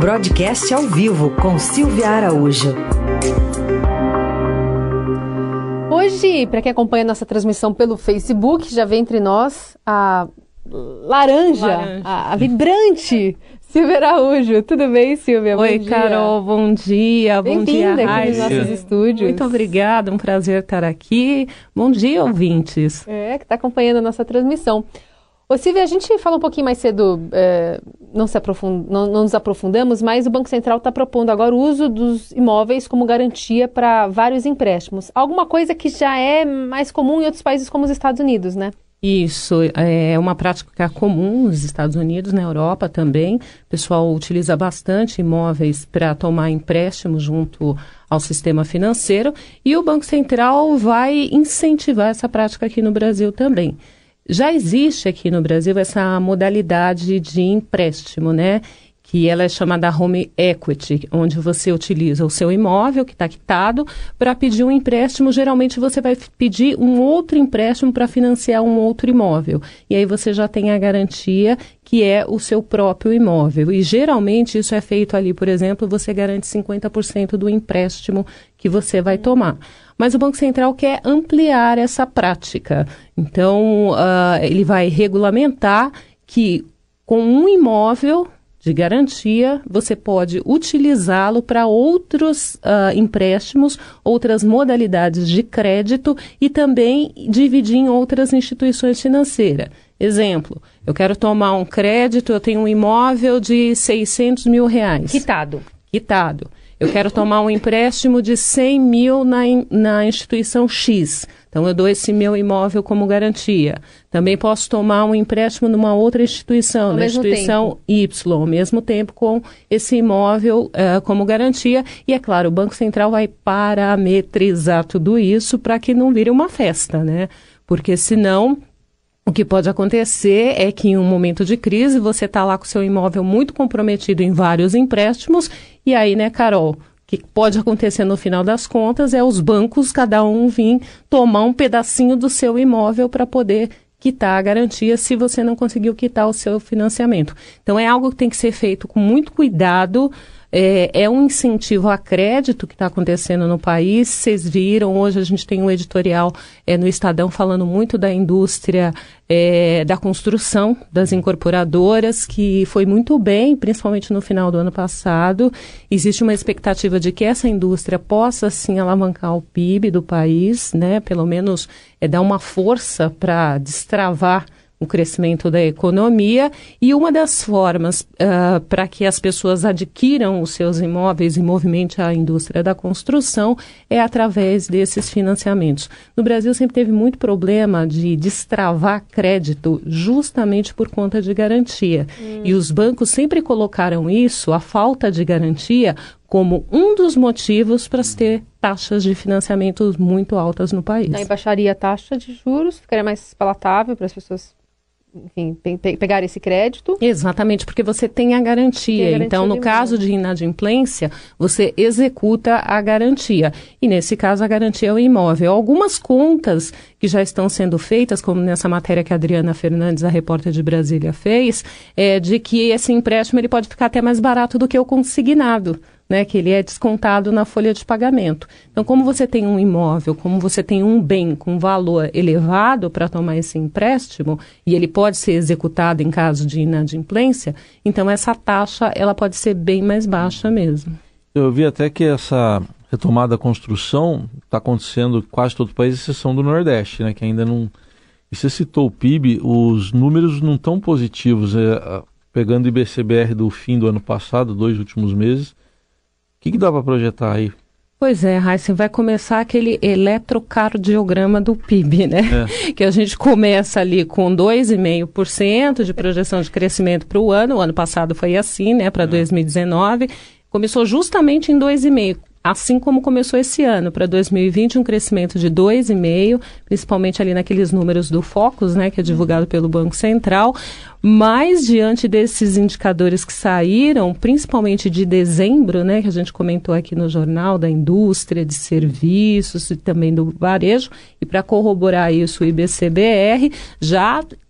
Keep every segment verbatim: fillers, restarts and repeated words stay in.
Broadcast ao vivo com Silvia Araújo. Hoje, para quem acompanha nossa transmissão pelo Facebook, já vem entre nós a laranja, laranja. A, a vibrante Silvia Araújo. Tudo bem, Silvia? Oi, bom Carol, dia. bom dia. Bom dia, Bem-vinda aqui nos nossos estúdios. Muito obrigada, um prazer estar aqui. Bom dia, ouvintes. É, que está acompanhando a nossa transmissão. Ô, Silvia, a gente falou um pouquinho mais cedo, é, não, se aprofund... não, não nos aprofundamos, mas o Banco Central está propondo agora o uso dos imóveis como garantia para vários empréstimos. Alguma coisa que já é mais comum em outros países como os Estados Unidos, né? Isso, é uma prática comum nos Estados Unidos, na Europa também. O pessoal utiliza bastante imóveis para tomar empréstimo junto ao sistema financeiro e o Banco Central vai incentivar essa prática aqui no Brasil também. Já existe aqui no Brasil essa modalidade de empréstimo, né? Que ela é chamada home equity, onde você utiliza o seu imóvel que está quitado para pedir um empréstimo. Geralmente você vai pedir um outro empréstimo para financiar um outro imóvel. E aí você já tem a garantia que é o seu próprio imóvel. E geralmente isso é feito ali, por exemplo, você garante cinquenta por cento do empréstimo que você vai tomar. Mas o Banco Central quer ampliar essa prática. Então, uh, ele vai regulamentar que com um imóvel de garantia, você pode utilizá-lo para outros uh, empréstimos, outras modalidades de crédito e também dividir em outras instituições financeiras. Exemplo, eu quero tomar um crédito, eu tenho um imóvel de seiscentos mil reais. Quitado. Quitado. Eu quero tomar um empréstimo de cem mil na, na instituição X. Então, eu dou esse meu imóvel como garantia. Também posso tomar um empréstimo numa outra instituição, ao na instituição tempo. Y, ao mesmo tempo com esse imóvel uh, como garantia. E, é claro, o Banco Central vai parametrizar tudo isso para que não vire uma festa, né? Porque, senão, o que pode acontecer é que em um momento de crise você está lá com o seu imóvel muito comprometido em vários empréstimos e aí, né, Carol, o que pode acontecer no final das contas é os bancos, cada um vir tomar um pedacinho do seu imóvel para poder quitar a garantia se você não conseguiu quitar o seu financiamento. Então, é algo que tem que ser feito com muito cuidado. É, é um incentivo a crédito que está acontecendo no país. Vocês viram, hoje a gente tem um editorial é, no Estadão falando muito da indústria é, da construção, das incorporadoras, que foi muito bem, principalmente no final do ano passado. Existe uma expectativa de que essa indústria possa, sim, alavancar o P I B do país, né? Pelo menos é, dar uma força para destravar o crescimento da economia, e uma das formas uh, para que as pessoas adquiram os seus imóveis e movimente a indústria da construção é através desses financiamentos. No Brasil sempre teve muito problema de destravar crédito justamente por conta de garantia. Hum. E os bancos sempre colocaram isso, a falta de garantia, como um dos motivos para se ter taxas de financiamento muito altas no país. Aí baixaria a taxa de juros, ficaria mais palatável para as pessoas, enfim, pe- pe- pegar esse crédito. Exatamente, porque você tem a garantia. Tem a garantia então, no caso de inadimplência, você executa a garantia. E, nesse caso, a garantia é o imóvel. Algumas contas que já estão sendo feitas, como nessa matéria que a Adriana Fernandes, a repórter de Brasília, fez, é de que esse empréstimo ele pode ficar até mais barato do que o consignado, né, que ele é descontado na folha de pagamento. Então, como você tem um imóvel, como você tem um bem com valor elevado para tomar esse empréstimo, e ele pode ser executado em caso de inadimplência, então essa taxa ela pode ser bem mais baixa mesmo. Eu vi até que essa retomada da construção está acontecendo em quase todo o país, exceção do Nordeste, né, que ainda não... E você citou o P I B, os números não estão positivos. É, pegando o I B C B R do fim do ano passado, dois últimos meses, o que, que dá para projetar aí? Pois é, Raíssa, vai começar aquele eletrocardiograma do P I B, né? É. Que a gente começa ali com dois vírgula cinco por cento de projeção de crescimento para o ano. O ano passado foi assim, né? Para é. dois mil e dezenove. Começou justamente em dois vírgula cinco por cento. Assim como começou esse ano, para dois mil e vinte, um crescimento de dois vírgula cinco por cento, principalmente ali naqueles números do Focus, né, que é divulgado pelo Banco Central. Mas, diante desses indicadores que saíram, principalmente de dezembro, né, que a gente comentou aqui no jornal, da indústria, de serviços e também do varejo, e para corroborar isso, o I B C B R já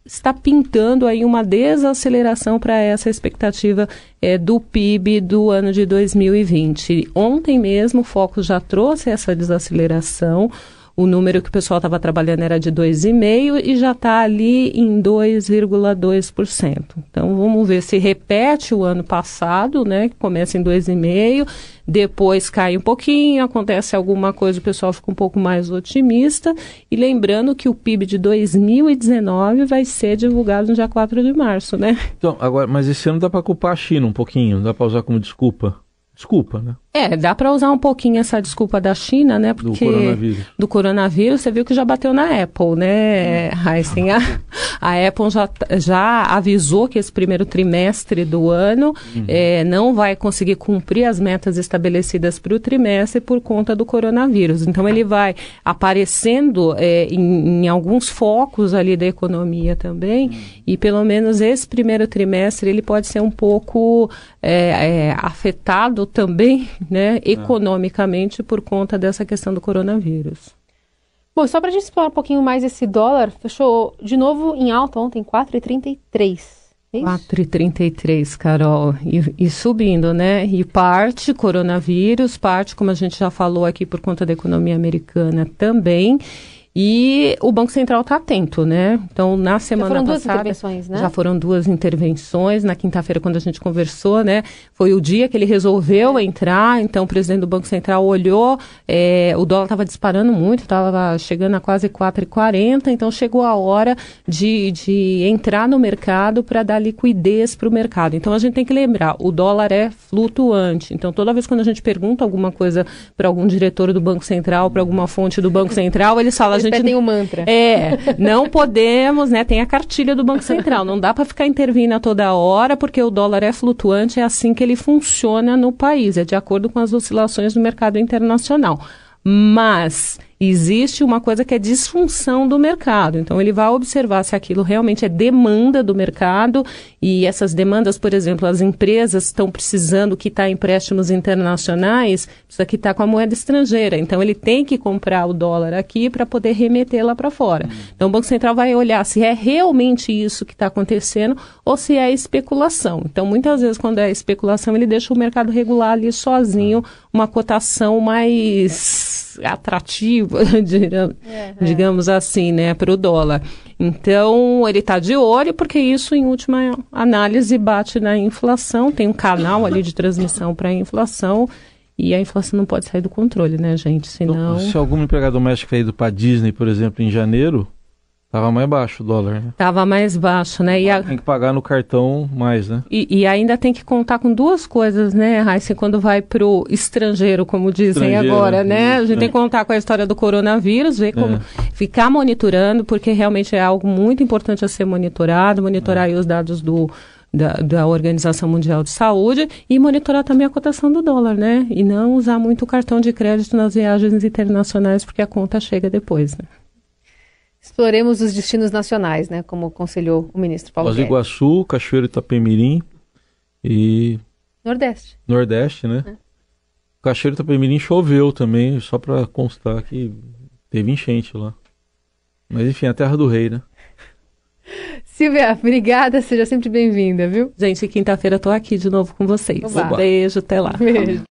está pintando aí uma desaceleração para essa expectativa é, do P I B do ano de dois mil e vinte. Ontem mesmo o Focus já trouxe essa desaceleração. O número que o pessoal estava trabalhando era de dois vírgula cinco por cento e já está ali em dois vírgula dois por cento. Então, vamos ver se repete o ano passado, né, que começa em dois vírgula cinco por cento, depois cai um pouquinho, acontece alguma coisa, o pessoal fica um pouco mais otimista. E lembrando que o P I B de dois mil e dezenove vai ser divulgado no dia quatro de março, né? Então, agora, mas esse ano dá para culpar a China um pouquinho, dá para usar como desculpa? Desculpa, né? É, dá para usar um pouquinho essa desculpa da China, né? Porque do coronavírus. Do coronavírus, você viu que já bateu na Apple, né, Heisen? A, a Apple já, já avisou que esse primeiro trimestre do ano uhum. é, não vai conseguir cumprir as metas estabelecidas para o trimestre por conta do coronavírus. Então, ele vai aparecendo é, em, em alguns focos ali da economia também, uhum. e pelo menos esse primeiro trimestre ele pode ser um pouco é, é, afetado também, né, economicamente por conta dessa questão do coronavírus. Bom, só para a gente explorar um pouquinho mais esse dólar, fechou de novo em alta ontem, quatro reais e trinta e três. É isso? quatro reais e trinta e três, Carol, e, e subindo, né? E parte coronavírus, parte, como a gente já falou aqui, por conta da economia americana também. E o Banco Central está atento, né? Então, na semana passada... Já foram duas intervenções, né? Já foram duas intervenções. Na quinta-feira, quando a gente conversou, né? Foi o dia que ele resolveu entrar. Então, o presidente do Banco Central olhou, é, o dólar estava disparando muito, estava chegando a quase quatro reais e quarenta centavos. Então, chegou a hora de, de entrar no mercado para dar liquidez para o mercado. Então, a gente tem que lembrar, o dólar é flutuante. Então, toda vez quando a gente pergunta alguma coisa para algum diretor do Banco Central, para alguma fonte do Banco Central, eles falam... Gente tem um mantra. É, não podemos, né? Tem a cartilha do Banco Central. Não dá para ficar intervindo a toda hora, porque o dólar é flutuante, é assim que ele funciona no país, é de acordo com as oscilações do mercado internacional. Mas existe uma coisa que é disfunção do mercado. Então, ele vai observar se aquilo realmente é demanda do mercado e essas demandas, por exemplo, as empresas estão precisando quitar empréstimos internacionais, precisa quitar com a moeda estrangeira. Então, ele tem que comprar o dólar aqui para poder remeter lá para fora. Então, o Banco Central vai olhar se é realmente isso que está acontecendo ou se é especulação. Então, muitas vezes, quando é especulação, ele deixa o mercado regular ali sozinho, uma cotação mais atrativa, digamos assim, né, para o dólar. Então, ele está de olho, porque isso, em última análise, bate na inflação. Tem um canal ali de transmissão para a inflação e a inflação não pode sair do controle, né, gente? Senão... Se algum empregado doméstico é ido para a Disney, por exemplo, em janeiro, estava mais baixo o dólar, né? Estava mais baixo, né? E a... Tem que pagar no cartão mais, né? E, e ainda tem que contar com duas coisas, né, Raíssa? Quando vai para o estrangeiro, como dizem estrangeiro, agora, né? A gente é. tem que contar com a história do coronavírus, ver como... É. Ficar monitorando, porque realmente é algo muito importante a ser monitorado, monitorar é. aí os dados do... Da, da Organização Mundial de Saúde e monitorar também a cotação do dólar, né? E não usar muito o cartão de crédito nas viagens internacionais, porque a conta chega depois, né? Exploremos os destinos nacionais, né? Como aconselhou o ministro Paulo Foz do Iguaçu, Cachoeiro Itapemirim e... Nordeste. Nordeste, né? É. Cachoeiro Itapemirim choveu também, só para constar que teve enchente lá. Mas enfim, a terra do rei, né? Silvia, obrigada, seja sempre bem-vinda, viu? Gente, quinta-feira eu tô aqui de novo com vocês. Oba. Um beijo, até lá. Beijo.